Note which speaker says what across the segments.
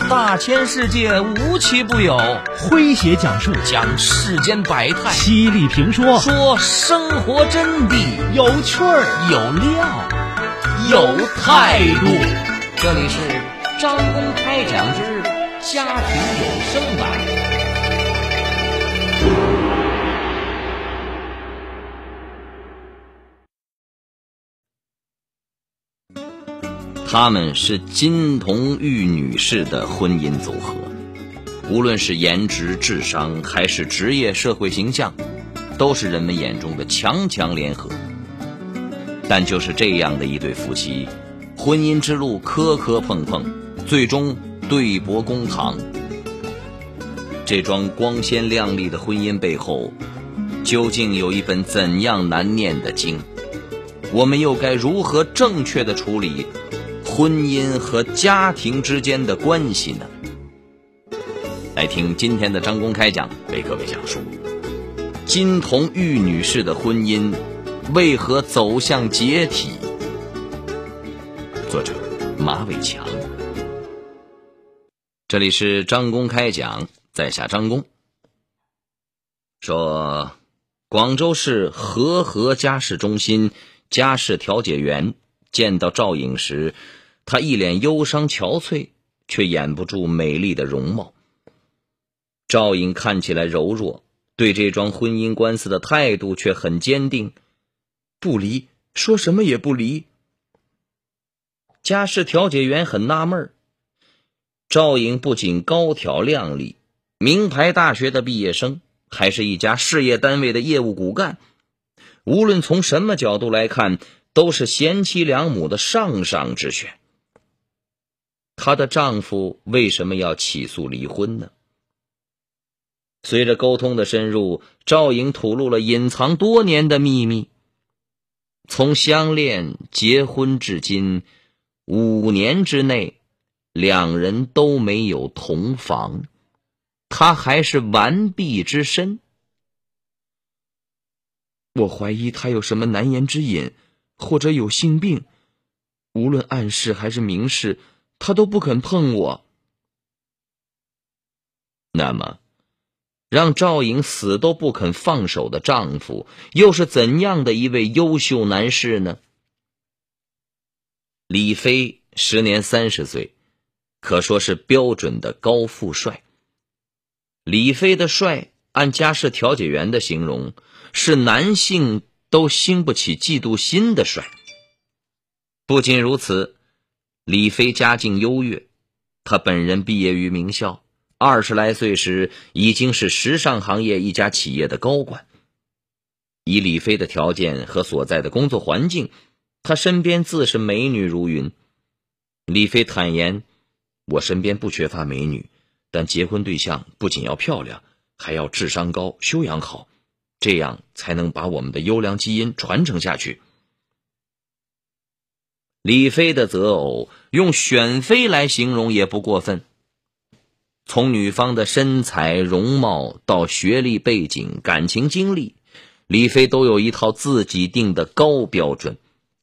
Speaker 1: 大千世界无奇不有，
Speaker 2: 诙谐讲述，
Speaker 1: 讲世间百态，
Speaker 2: 犀利评说，
Speaker 1: 说生活真谛，
Speaker 2: 有趣儿，
Speaker 1: 有料，有态度。这里是张公开讲之家庭有声版。他们是金童玉女式的婚姻组合，无论是颜值、智商还是职业、社会形象，都是人们眼中的强强联合。但就是这样的一对夫妻，婚姻之路磕磕碰碰，最终对簿公堂。这桩光鲜亮丽的婚姻背后，究竟有一本怎样难念的经？我们又该如何正确地处理婚姻和家庭之间的关系呢？来听今天的张公开讲，为各位讲述金童玉女式的婚姻为何走向解体。作者马伟强。这里是张公开讲，在下张公。说广州市和合家事中心家事调解员见到赵颖时，他一脸忧伤憔悴，却掩不住美丽的容貌。赵颖看起来柔弱，对这桩婚姻官司的态度却很坚定，不离，说什么也不离。家事调解员很纳闷，赵颖不仅高挑靓丽，名牌大学的毕业生，还是一家事业单位的业务骨干，无论从什么角度来看，都是贤妻良母的上上之选。她的丈夫为什么要起诉离婚呢？随着沟通的深入，赵颖吐露了隐藏多年的秘密。从相恋结婚至今5年之内，两人都没有同房，她还是完璧之身。我怀疑她有什么难言之隐，或者有性病，无论暗示还是明示，她都不肯碰我。那么让赵颖死都不肯放手的丈夫，又是怎样的一位优秀男士呢？李飞时年30岁，可说是标准的高富帅。李飞的帅，按家事调解员的形容，是男性都兴不起嫉妒心的帅。不仅如此，李飞家境优越，他本人毕业于名校，20来岁时已经是时尚行业一家企业的高管。以李飞的条件和所在的工作环境，他身边自是美女如云。李飞坦言，我身边不缺乏美女，但结婚对象不仅要漂亮，还要智商高，修养好，这样才能把我们的优良基因传承下去。李飞的择偶用选妃来形容也不过分。从女方的身材容貌到学历背景感情经历，李飞都有一套自己定的高标准。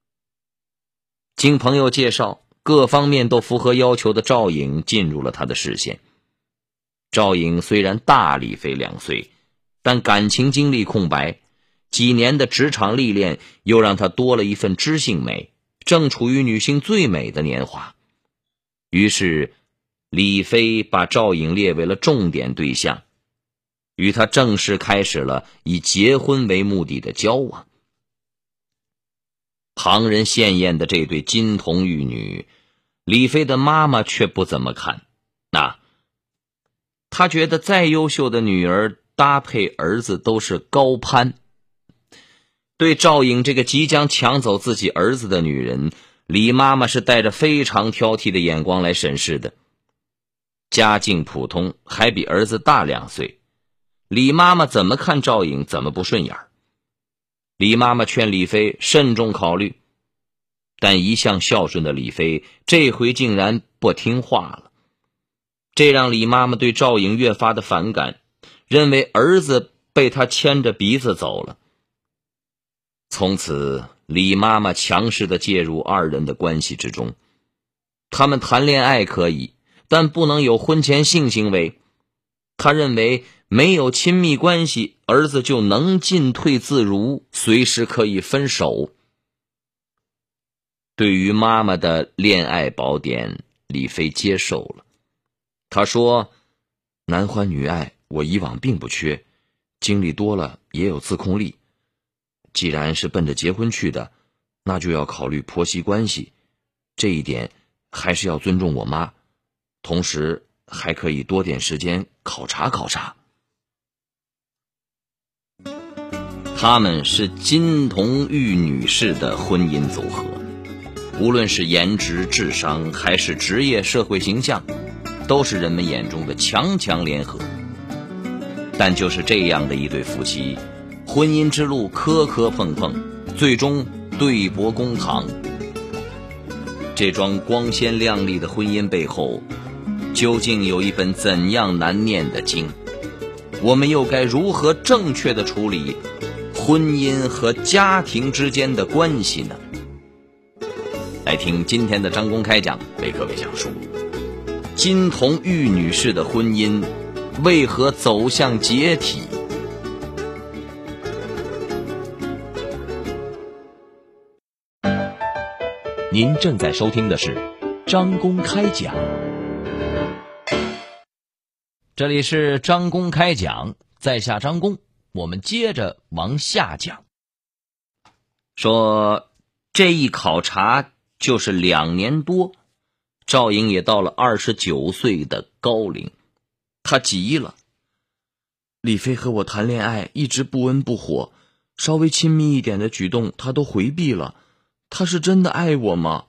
Speaker 1: 经朋友介绍，各方面都符合要求的赵颖进入了他的视线。赵颖虽然大李飞2岁，但感情经历空白，几年的职场历练又让她多了一份知性美，正处于女性最美的年华。于是李飞把赵颖列为了重点对象，与她正式开始了以结婚为目的的交往。旁人羡艳的这对金童玉女，李飞的妈妈却不怎么看。她觉得再优秀的女儿搭配儿子都是高攀。对赵颖这个即将抢走自己儿子的女人，李妈妈是带着非常挑剔的眼光来审视的。家境普通，还比儿子大2岁，李妈妈怎么看赵颖怎么不顺眼。李妈妈劝李飞慎重考虑，但一向孝顺的李飞这回竟然不听话了。这让李妈妈对赵颖越发的反感，认为儿子被他牵着鼻子走了。从此李妈妈强势地介入2人的关系之中。他们谈恋爱可以， 但不能有婚前性行为。他认为没有亲密关系，儿子就能进退自如，随时可以分手。对于妈妈的恋爱宝典，李飞接受了。他说，男欢女爱我以往并不缺，经历多了也有自控力。既然是奔着结婚去的，那就要考虑婆媳关系，这一点还是要尊重我妈，同时还可以多点时间考察考察。他们是金童玉女式的婚姻组合，无论是颜值、智商还是职业、社会形象，都是人们眼中的强强联合。但就是这样的一对夫妻，婚姻之路磕磕碰碰，最终对簿公堂。这桩光鲜亮丽的婚姻背后，究竟有一本怎样难念的经？我们又该如何正确地处理婚姻和家庭之间的关系呢？来听今天的张公开讲，为各位讲述金童玉女式的婚姻为何走向解体。
Speaker 2: 您正在收听的是张公开讲。
Speaker 1: 这里是张公开讲，在下张公，我们接着往下讲。说这一考察就是2年多，赵颖也到了29岁的高龄，她急了。李飞和我谈恋爱一直不温不火，稍微亲密一点的举动他都回避了，他是真的爱我吗？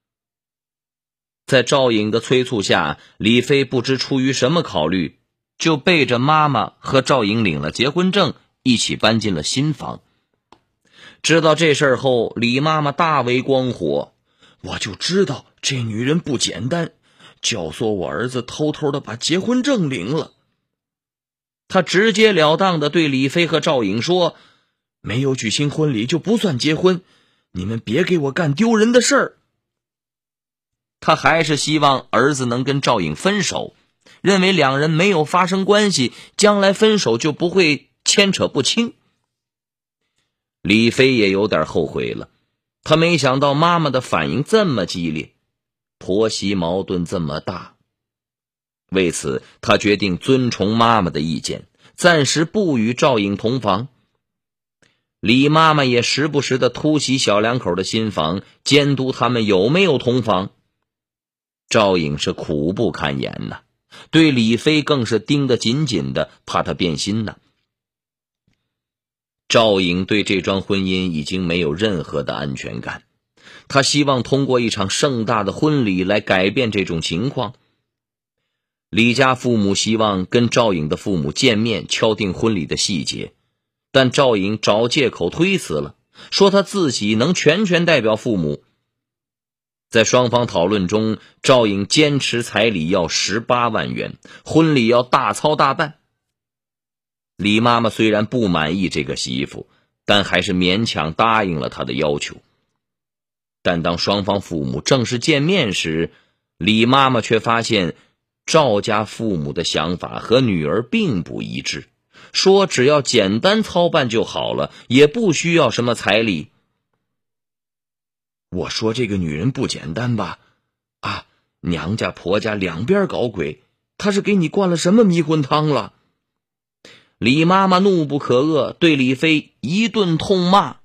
Speaker 1: 在赵颖的催促下，李飞不知出于什么考虑，就背着妈妈和赵颖领了结婚证，一起搬进了新房。知道这事后，李妈妈大为光火，我就知道这女人不简单，教唆我儿子偷偷的把结婚证领了。她直截了当的对李飞和赵颖说，没有举行婚礼就不算结婚，你们别给我干丢人的事儿。他还是希望儿子能跟赵颖分手，认为两人没有发生关系，将来分手就不会牵扯不清。李飞也有点后悔了，他没想到妈妈的反应这么激烈，婆媳矛盾这么大。为此，他决定遵从妈妈的意见，暂时不与赵颖同房。李妈妈也时不时地突袭小两口的新房，监督他们有没有同房。赵颖是苦不堪言呐，对李飞更是盯得紧紧的，怕他变心呐。赵颖对这桩婚姻已经没有任何的安全感，他希望通过一场盛大的婚礼来改变这种情况。李家父母希望跟赵颖的父母见面，敲定婚礼的细节，但赵颖找借口推辞了，说他自己能全权代表父母。在双方讨论中，赵颖坚持彩礼要18万元，婚礼要大操大办。李妈妈虽然不满意这个媳妇，但还是勉强答应了她的要求。但当双方父母正式见面时，李妈妈却发现赵家父母的想法和女儿并不一致，说只要简单操办就好了，也不需要什么彩礼。我说这个女人不简单吧？啊，娘家婆家两边搞鬼，她是给你灌了什么迷魂汤了？李妈妈怒不可遏，对李飞一顿痛骂。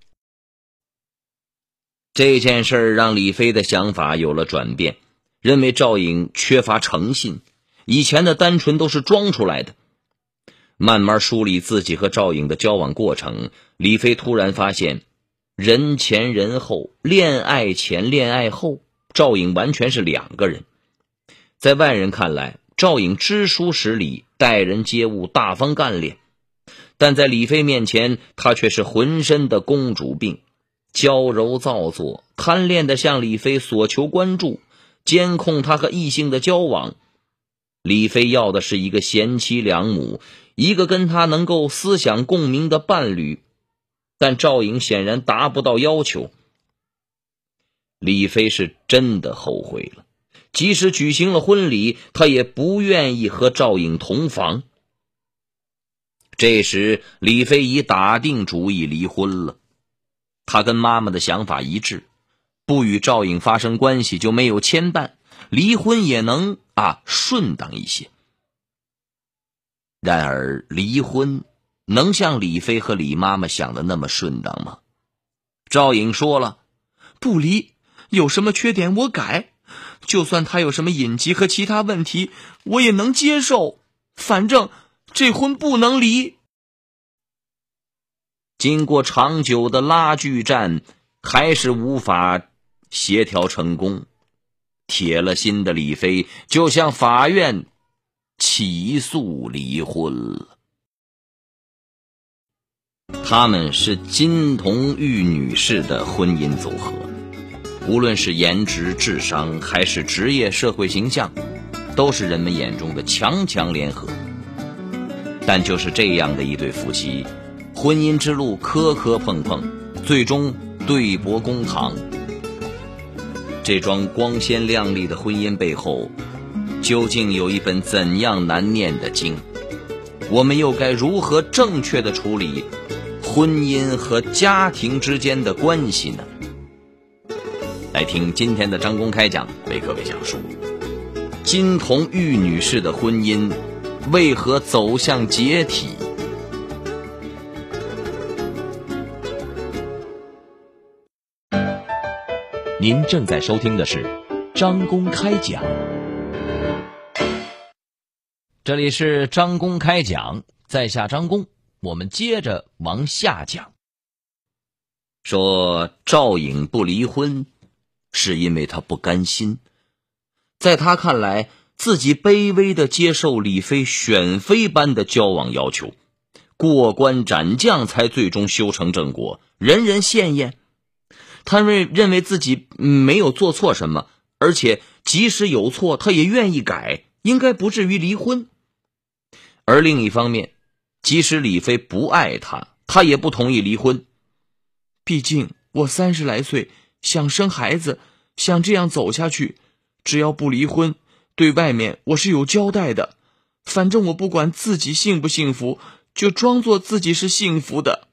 Speaker 1: 这件事让李飞的想法有了转变，认为赵颖缺乏诚信，以前的单纯都是装出来的。慢慢梳理自己和赵颖的交往过程，李飞突然发现，人前人后，恋爱前恋爱后，赵颖完全是两个人。在外人看来，赵颖知书识礼，待人接物大方干练，但在李飞面前，她却是浑身的公主病，娇柔造作，贪恋地向李飞索求关注，监控他和异性的交往。李飞要的是一个贤妻良母，一个跟他能够思想共鸣的伴侣，但赵颖显然达不到要求。李飞是真的后悔了， 即使举行了婚礼，他也不愿意和赵颖同房。这时李飞已打定主意离婚了，他跟妈妈的想法一致，不与赵颖发生关系就没有牵绊，离婚也能顺当一些。然而离婚能像李飞和李妈妈想的那么顺当吗？赵颖说了，
Speaker 3: 不离，有什么缺点我改，就算他有什么隐疾和其他问题我也能接受，反正这婚不能离。
Speaker 1: 经过长久的拉锯战，还是无法协调成功。铁了心的李飞就向法院起诉离婚了。他们是金童玉女士的婚姻组合，无论是颜值、智商还是职业、社会形象，都是人们眼中的强强联合。但就是这样的一对夫妻，婚姻之路磕磕碰碰，最终对簿公堂。这桩光鲜亮丽的婚姻背后，究竟有一本怎样难念的经？我们又该如何正确地处理婚姻和家庭之间的关系呢？来听今天的张公开讲，为各位讲述金童玉女士的婚姻为何走向解体。
Speaker 2: 您正在收听的是张公开讲，
Speaker 1: 这里是张公开讲，在下张公，我们接着往下讲。说赵颖不离婚，是因为她不甘心。在她看来，自己卑微地接受李飞选妃般的交往要求，过关斩将才最终修成正果，人人羡艳。他认为自己没有做错什么，而且即使有错他也愿意改，应该不至于离婚。而另一方面，即使李飞不爱他，他也不同意离婚。
Speaker 3: 毕竟我30来岁，想生孩子，想这样走下去，只要不离婚，对外面我是有交代的。反正我不管自己幸不幸福，就装作自己是幸福的。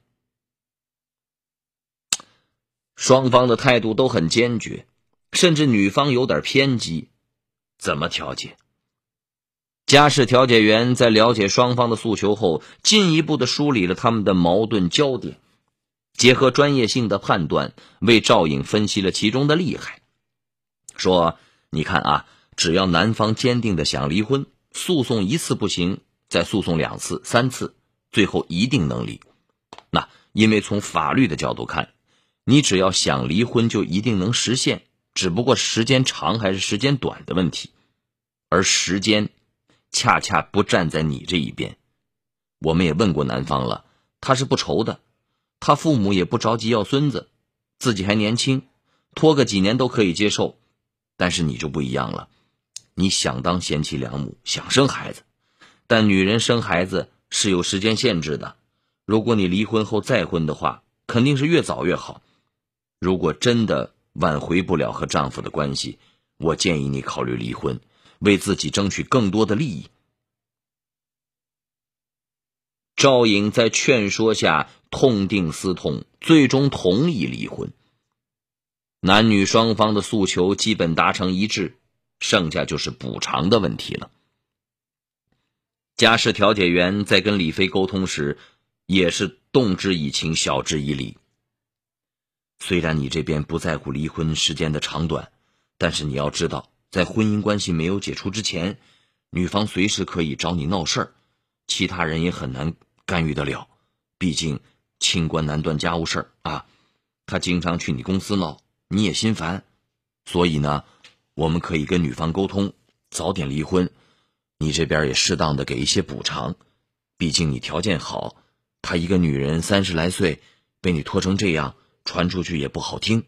Speaker 1: 双方的态度都很坚决，甚至女方有点偏激。怎么调解？家事调解员在了解双方的诉求后，进一步的梳理了他们的矛盾焦点，结合专业性的判断，为赵颖分析了其中的利害。说，你看只要男方坚定的想离婚，诉讼1次不行，再诉讼2次、3次，最后一定能离。因为从法律的角度看，你只要想离婚就一定能实现，只不过时间长还是时间短的问题。而时间恰恰不站在你这一边。我们也问过男方了，他是不愁的，他父母也不着急要孙子，自己还年轻，拖个几年都可以接受。但是你就不一样了，你想当贤妻良母，想生孩子，但女人生孩子是有时间限制的，如果你离婚后再婚的话，肯定是越早越好。如果真的挽回不了和丈夫的关系，我建议你考虑离婚，为自己争取更多的利益。赵颖在劝说下痛定思痛，最终同意离婚。男女双方的诉求基本达成一致，剩下就是补偿的问题了。家事调解员在跟李飞沟通时，也是动之以情，晓之以理。虽然你这边不在乎离婚时间的长短，但是你要知道，在婚姻关系没有解除之前，女方随时可以找你闹事儿，其他人也很难干预得了。毕竟清官难断家务事儿他经常去你公司闹，你也心烦。所以呢，我们可以跟女方沟通，早点离婚，你这边也适当的给一些补偿。毕竟你条件好，她一个女人30来岁，被你拖成这样，传出去也不好听。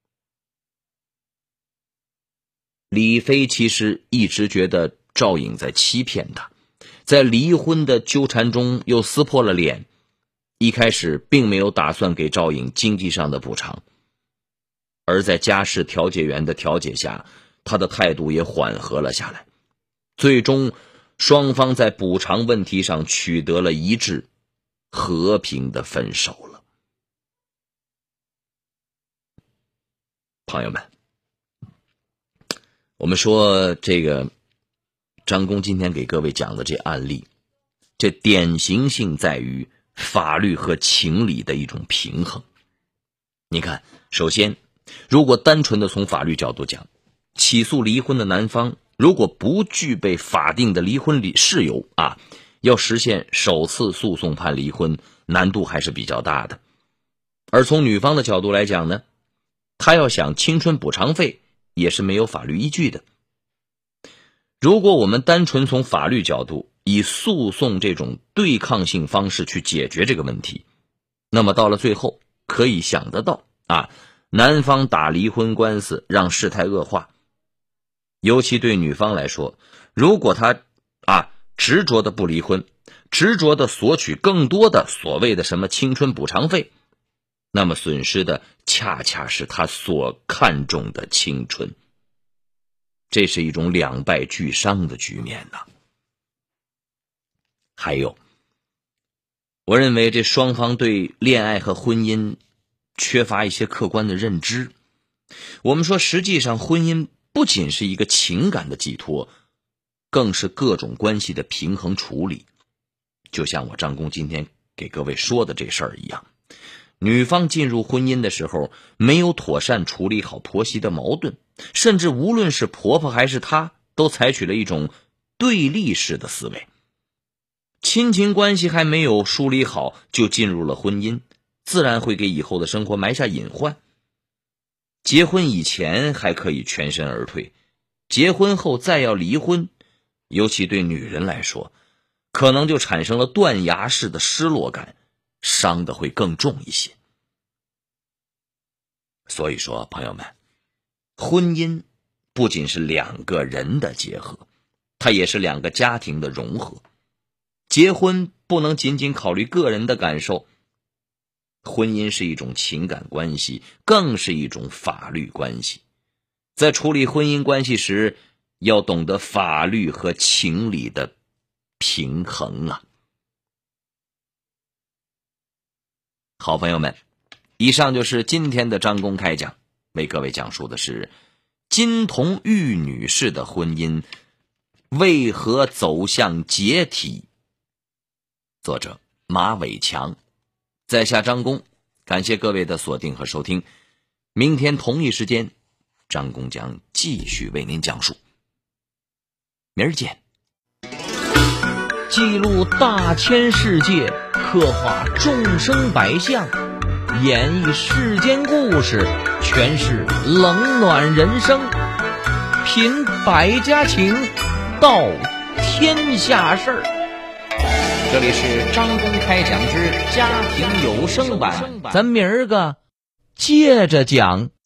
Speaker 1: 李飞其实一直觉得赵颖在欺骗他，在离婚的纠缠中又撕破了脸，一开始并没有打算给赵颖经济上的补偿。而在家事调解员的调解下， 他的态度也缓和了下来。最终双方在补偿问题上取得了一致，和平的分手了。朋友们，我们说这个张公今天给各位讲的这案例，这典型性在于法律和情理的一种平衡。你看，首先如果单纯的从法律角度讲，起诉离婚的男方如果不具备法定的离婚事由要实现首次诉讼判离婚，难度还是比较大的。而从女方的角度来讲呢，她要想青春补偿费也是没有法律依据的。如果我们单纯从法律角度以诉讼这种对抗性方式去解决这个问题，那么到了最后可以想得到男方打离婚官司让事态恶化。尤其对女方来说，如果她执着的不离婚，执着的索取更多的所谓的什么青春补偿费，那么损失的恰恰是她所看重的青春。这是一种两败俱伤的局面呐。还有，我认为这双方对恋爱和婚姻缺乏一些客观的认知。我们说，实际上婚姻不仅是一个情感的寄托，更是各种关系的平衡处理。就像我张公今天给各位说的这事儿一样，女方进入婚姻的时候没有妥善处理好婆媳的矛盾，甚至无论是婆婆还是她都采取了一种对立式的思维。亲情关系还没有梳理好就进入了婚姻，自然会给以后的生活埋下隐患。结婚以前还可以全身而退，结婚后再要离婚，尤其对女人来说，可能就产生了断崖式的失落感，伤的会更重一些。所以说，朋友们，婚姻不仅是两个人的结合，它也是两个家庭的融合。结婚不能仅仅考虑个人的感受，婚姻是一种情感关系，更是一种法律关系。在处理婚姻关系时，要懂得法律和情理的平衡啊。好朋友们，以上就是今天的张公开讲，为各位讲述的是金童玉女式的婚姻为何走向解体。作者马伟强，在下张公，感谢各位的锁定和收听。明天同一时间，张公将继续为您讲述。明儿见。
Speaker 2: 记录大千世界，刻画众生百相，演绎世间故事，诠释冷暖人生，品百家情，道天下事儿。这里是张公开讲之家庭有声版，咱明儿个接着讲。